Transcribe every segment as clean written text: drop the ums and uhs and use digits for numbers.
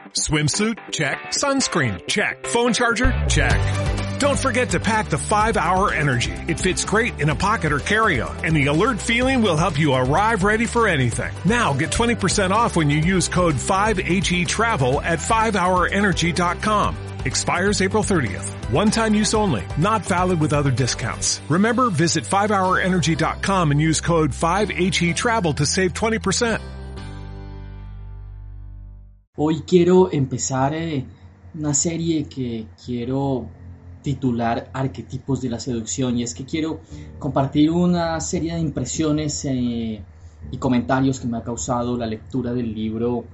Swimsuit? Check. Sunscreen? Check. Phone charger? Check. Don't forget to pack the 5-Hour Energy. It fits great in a pocket or carry-on, and the alert feeling will help you arrive ready for anything. Now get 20% off when you use code 5HETRAVEL at 5hourenergy.com. Expires April 30th. One-time use only. Not valid with other discounts. Remember, visit 5hourenergy.com and use code 5HETRAVEL to save 20%. Hoy quiero empezar una serie que quiero titular Arquetipos de la Seducción, y es que quiero compartir una serie de impresiones y comentarios que me ha causado la lectura del libro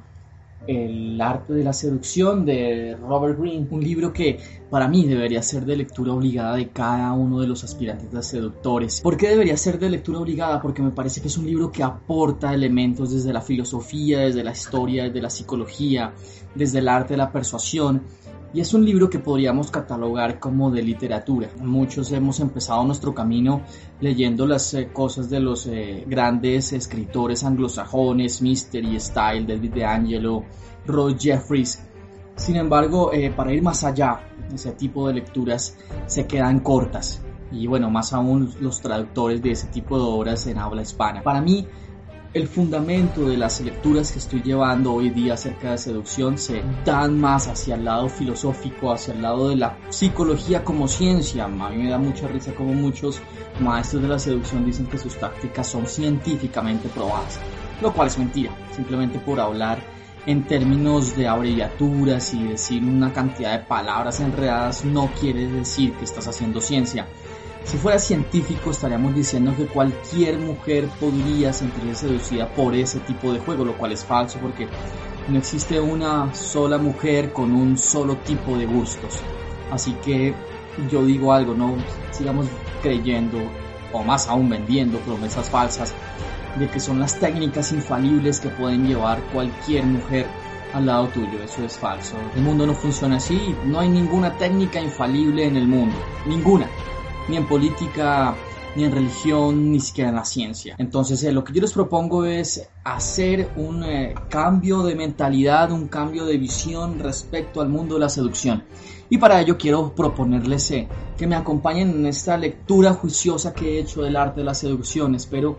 El Arte de la Seducción de Robert Greene, un libro que para mí debería ser de lectura obligada de cada uno de los aspirantes a seductores. ¿Por qué debería ser de lectura obligada? Porque me parece que es un libro que aporta elementos desde la filosofía, desde la historia, desde la psicología, desde el arte de la persuasión, y es un libro que podríamos catalogar como de literatura. Muchos hemos empezado nuestro camino leyendo las cosas de los grandes escritores anglosajones, Mystery, Style, David DeAngelo, Roy Jeffries. Sin embargo, para ir más allá, ese tipo de lecturas se quedan cortas. Y bueno, más aún los traductores de ese tipo de obras en habla hispana. Para mí, el fundamento de las lecturas que estoy llevando hoy día acerca de seducción se dan más hacia el lado filosófico, hacia el lado de la psicología como ciencia. A mí me da mucha risa como muchos maestros de la seducción dicen que sus tácticas son científicamente probadas, lo cual es mentira. Simplemente por hablar en términos de abreviaturas y decir una cantidad de palabras enredadas no quiere decir que estás haciendo ciencia. Si fuera científico estaríamos diciendo que cualquier mujer podría sentirse seducida por ese tipo de juego, lo cual es falso porque no existe una sola mujer con un solo tipo de gustos. Así que yo digo algo, no sigamos creyendo o más aún vendiendo promesas falsas de que son las técnicas infalibles que pueden llevar cualquier mujer al lado tuyo. Eso es falso. El mundo no funciona así, no hay ninguna técnica infalible en el mundo, ninguna. Ni en política, ni en religión, ni siquiera en la ciencia. Entonces lo que yo les propongo es hacer un cambio de mentalidad, un cambio de visión respecto al mundo de la seducción. Y para ello quiero proponerles que me acompañen en esta lectura juiciosa que he hecho del arte de la seducción. Espero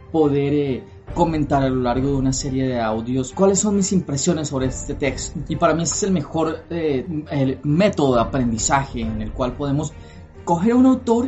poder comentar a lo largo de una serie de audios cuáles son mis impresiones sobre este texto. Y para mí ese es el mejor el método de aprendizaje en el cual podemos coger a un autor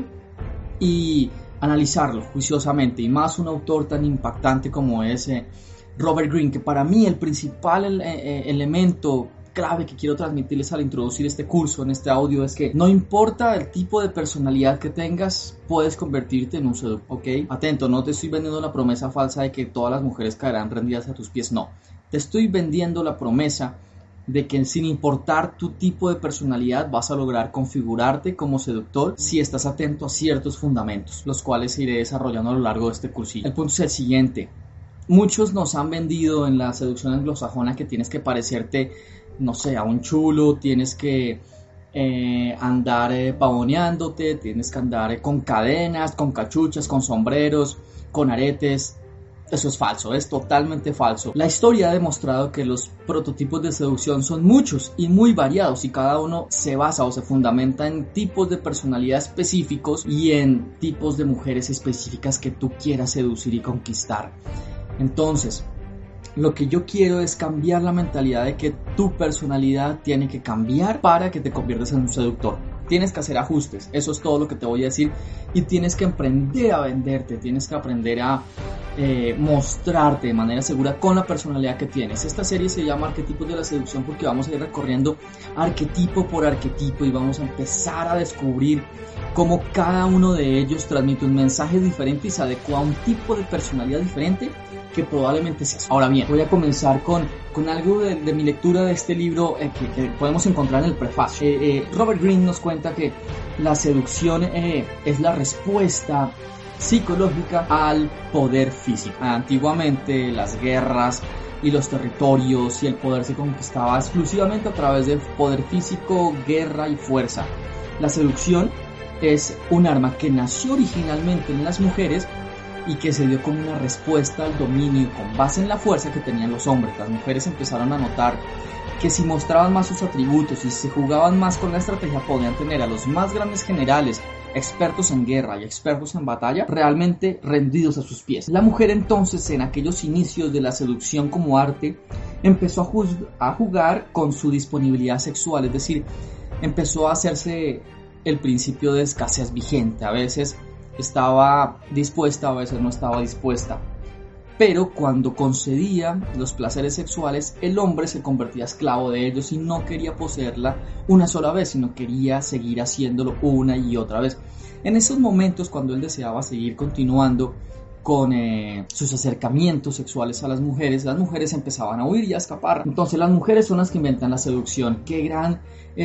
y analizarlo juiciosamente, y más un autor tan impactante como es Robert Greene, que para mí el principal elemento clave que quiero transmitirles al introducir este curso en este audio es que no importa el tipo de personalidad que tengas, puedes convertirte en un seductor, ¿ok? Atento, no te estoy vendiendo la promesa falsa de que todas las mujeres caerán rendidas a tus pies, no. Te estoy vendiendo la promesa de que sin importar tu tipo de personalidad vas a lograr configurarte como seductor si estás atento a ciertos fundamentos, los cuales iré desarrollando a lo largo de este cursillo. El punto es el siguiente: muchos nos han vendido en la seducción anglosajona que tienes que parecerte, no sé, a un chulo, tienes que andar pavoneándote, tienes que andar con cadenas, con cachuchas, con sombreros, con aretes. Eso es falso, es totalmente falso. La historia ha demostrado que los prototipos de seducción son muchos y muy variados, y cada uno se basa o se fundamenta en tipos de personalidad específicos y en tipos de mujeres específicas que tú quieras seducir y conquistar. Entonces, lo que yo quiero es cambiar la mentalidad de que tu personalidad tiene que cambiar para que te conviertas en un seductor. Tienes que hacer ajustes, eso es todo lo que te voy a decir, y tienes que aprender a venderte, tienes que aprender a mostrarte de manera segura con la personalidad que tienes. Esta serie se llama Arquetipos de la Seducción porque vamos a ir recorriendo arquetipo por arquetipo y vamos a empezar a descubrir cómo cada uno de ellos transmite un mensaje diferente y se adecua a un tipo de personalidad diferente que probablemente seas. Ahora bien, voy a comenzar con algo de mi lectura de este libro que podemos encontrar en el prefacio. Robert Greene nos cuenta que la seducción es la respuesta psicológica al poder físico. Antiguamente las guerras y los territorios y el poder se conquistaba exclusivamente a través del poder físico, guerra y fuerza. La seducción es un arma que nació originalmente en las mujeres y que se dio como una respuesta al dominio con base en la fuerza que tenían los hombres. Las mujeres empezaron a notar que si mostraban más sus atributos y se jugaban más con la estrategia podían tener a los más grandes generales, expertos en guerra y expertos en batalla, realmente rendidos a sus pies. La mujer entonces, en aquellos inicios de la seducción como arte, empezó a jugar con su disponibilidad sexual, es decir, empezó a hacerse el principio de escasez vigente. A veces estaba dispuesta, a veces no estaba dispuesta. Pero cuando concedía los placeres sexuales, el hombre se convertía esclavo de ellos y no quería poseerla una sola vez, sino quería seguir haciéndolo una y otra vez. En esos momentos, cuando él deseaba seguir continuando con sus acercamientos sexuales a las mujeres empezaban a huir y a escapar. Entonces las mujeres son las que inventan la seducción. Qué gran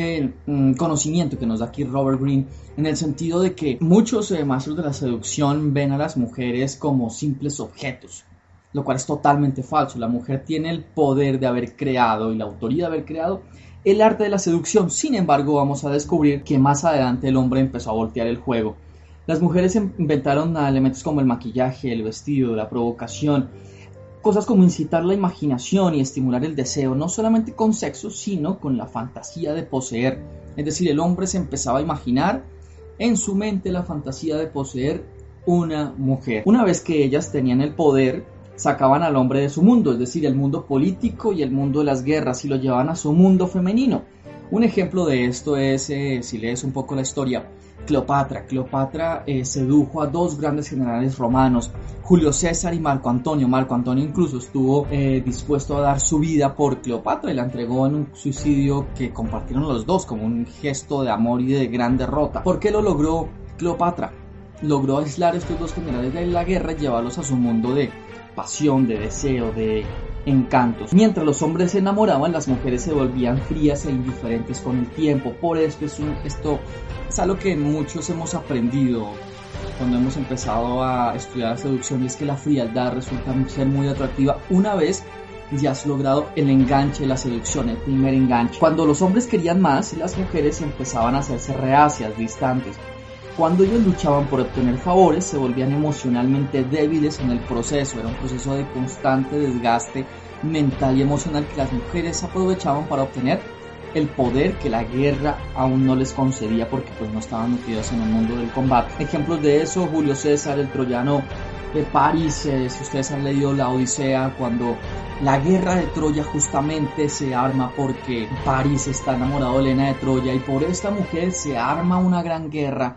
conocimiento que nos da aquí Robert Greene, en el sentido de que muchos maestros de la seducción ven a las mujeres como simples objetos, lo cual es totalmente falso. La mujer tiene el poder de haber creado y la autoría de haber creado el arte de la seducción. Sin embargo, vamos a descubrir que más adelante el hombre empezó a voltear el juego. Las mujeres inventaron elementos como el maquillaje, el vestido, la provocación, cosas como incitar la imaginación y estimular el deseo, no solamente con sexo, sino con la fantasía de poseer. Es decir, el hombre se empezaba a imaginar en su mente la fantasía de poseer una mujer. Una vez que ellas tenían el poder, sacaban al hombre de su mundo, es decir, el mundo político y el mundo de las guerras, y lo llevaban a su mundo femenino. Un ejemplo de esto es, si lees un poco la historia, Cleopatra. Cleopatra sedujo a dos grandes generales romanos, Julio César y Marco Antonio. Marco Antonio incluso estuvo dispuesto a dar su vida por Cleopatra y la entregó en un suicidio que compartieron los dos como un gesto de amor y de gran derrota. ¿Por qué lo logró Cleopatra? Logró aislar a estos dos generales de la guerra y llevarlos a su mundo de pasión, de deseo, de encantos. Mientras los hombres se enamoraban, las mujeres se volvían frías e indiferentes con el tiempo. Por esto esto es algo que muchos hemos aprendido cuando hemos empezado a estudiar la seducción, y es que la frialdad resulta ser muy atractiva una vez ya has logrado el enganche de la seducción, el primer enganche. Cuando los hombres querían más, las mujeres empezaban a hacerse reacias, distantes. Cuando ellos luchaban por obtener favores, se volvían emocionalmente débiles en el proceso. Era un proceso de constante desgaste mental y emocional que las mujeres aprovechaban para obtener el poder que la guerra aún no les concedía, porque pues no estaban metidos en el mundo del combate. Ejemplos de eso: Julio César, el troyano de París. Si ustedes han leído la Odisea, cuando la guerra de Troya justamente se arma porque París está enamorado de Helena de Troya, y por esta mujer se arma una gran guerra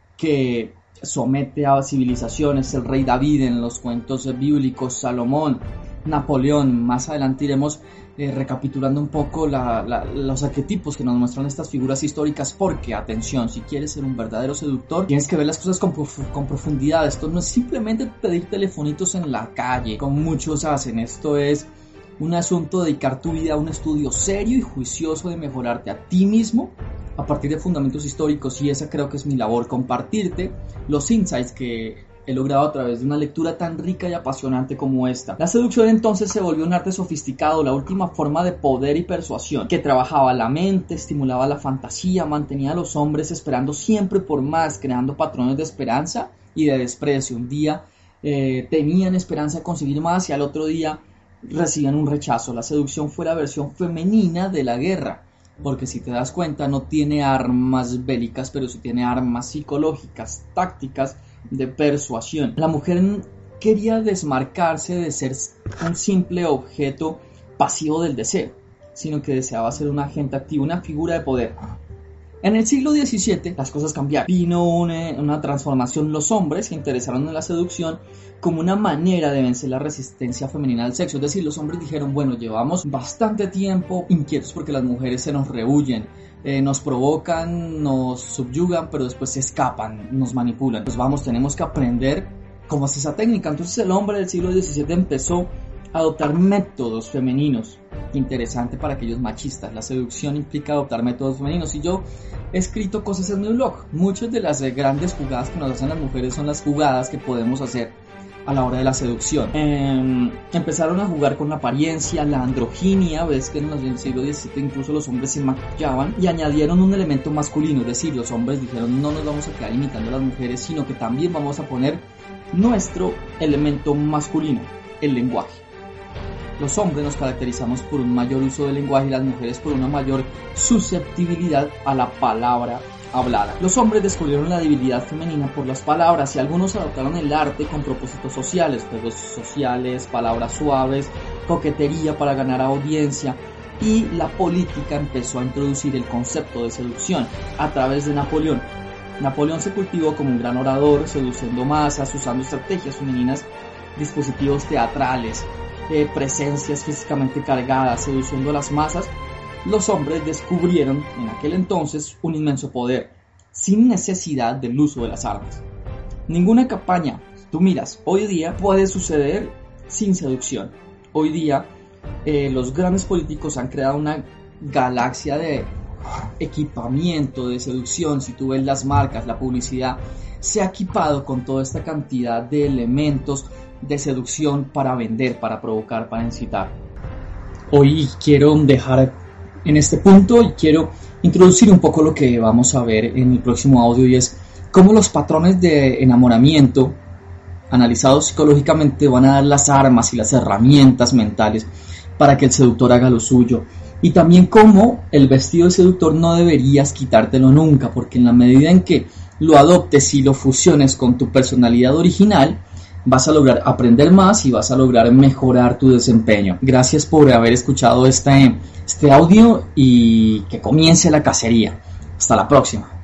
que somete a civilizaciones. El rey David en los cuentos bíblicos, Salomón, Napoleón. Más adelante iremos recapitulando un poco los arquetipos que nos muestran estas figuras históricas, porque, atención, si quieres ser un verdadero seductor, tienes que ver las cosas con profundidad. Esto no es simplemente pedir telefonitos en la calle, como muchos hacen. Esto es un asunto de dedicar tu vida a un estudio serio y juicioso de mejorarte a ti mismo a partir de fundamentos históricos, y esa creo que es mi labor, compartirte los insights que he logrado a través de una lectura tan rica y apasionante como esta. La seducción entonces se volvió un arte sofisticado, la última forma de poder y persuasión, que trabajaba la mente, estimulaba la fantasía, mantenía a los hombres esperando siempre por más, creando patrones de esperanza y de desprecio. Un día tenían esperanza de conseguir más y al otro día recibían un rechazo. La seducción fue la versión femenina de la guerra, porque si te das cuenta no tiene armas bélicas, pero sí tiene armas psicológicas, tácticas, de persuasión. La mujer quería desmarcarse de ser un simple objeto pasivo del deseo, sino que deseaba ser un agente activo, una figura de poder. En el siglo XVII las cosas cambiaron. Vino una transformación. Los hombres se interesaron en la seducción como una manera de vencer la resistencia femenina al sexo. Es decir, los hombres dijeron: bueno, llevamos bastante tiempo inquietos porque las mujeres se nos rehuyen, nos provocan, nos subyugan, pero después se escapan, nos manipulan. Pues vamos, tenemos que aprender cómo es esa técnica. Entonces el hombre del siglo XVII empezó a adoptar métodos femeninos. Interesante para aquellos machistas. La seducción implica adoptar métodos femeninos, y yo he escrito cosas en mi blog. Muchas de las grandes jugadas que nos hacen las mujeres son las jugadas que podemos hacer a la hora de la seducción. Empezaron a jugar con la apariencia, la androginia. Ves que en el siglo XVII incluso los hombres se maquillaban y añadieron un elemento masculino. Es decir, los hombres dijeron: no nos vamos a quedar imitando a las mujeres, sino que también vamos a poner nuestro elemento masculino, el lenguaje. Los hombres nos caracterizamos por un mayor uso del lenguaje y las mujeres por una mayor susceptibilidad a la palabra hablada. Los hombres descubrieron la debilidad femenina por las palabras y algunos adoptaron el arte con propósitos sociales, juegos sociales, palabras suaves, coquetería para ganar audiencia, y la política empezó a introducir el concepto de seducción a través de Napoleón. Napoleón se cultivó como un gran orador, seduciendo masas, usando estrategias femeninas, dispositivos teatrales, presencias físicamente cargadas, seduciendo a las masas. Los hombres descubrieron en aquel entonces un inmenso poder, sin necesidad del uso de las armas. Ninguna campaña, tú miras, hoy día puede suceder sin seducción. Hoy día los grandes políticos han creado una galaxia de equipamiento, de seducción. Si tú ves las marcas, la publicidad, se ha equipado con toda esta cantidad de elementos de seducción para vender, para provocar, para incitar. Hoy quiero dejar en este punto y quiero introducir un poco lo que vamos a ver en el próximo audio, y es cómo los patrones de enamoramiento analizados psicológicamente van a dar las armas y las herramientas mentales para que el seductor haga lo suyo, y también cómo el vestido de seductor no deberías quitártelo nunca, porque en la medida en que lo adoptes y lo fusiones con tu personalidad original, vas a lograr aprender más y vas a lograr mejorar tu desempeño. Gracias por haber escuchado este audio y que comience la cacería. Hasta la próxima.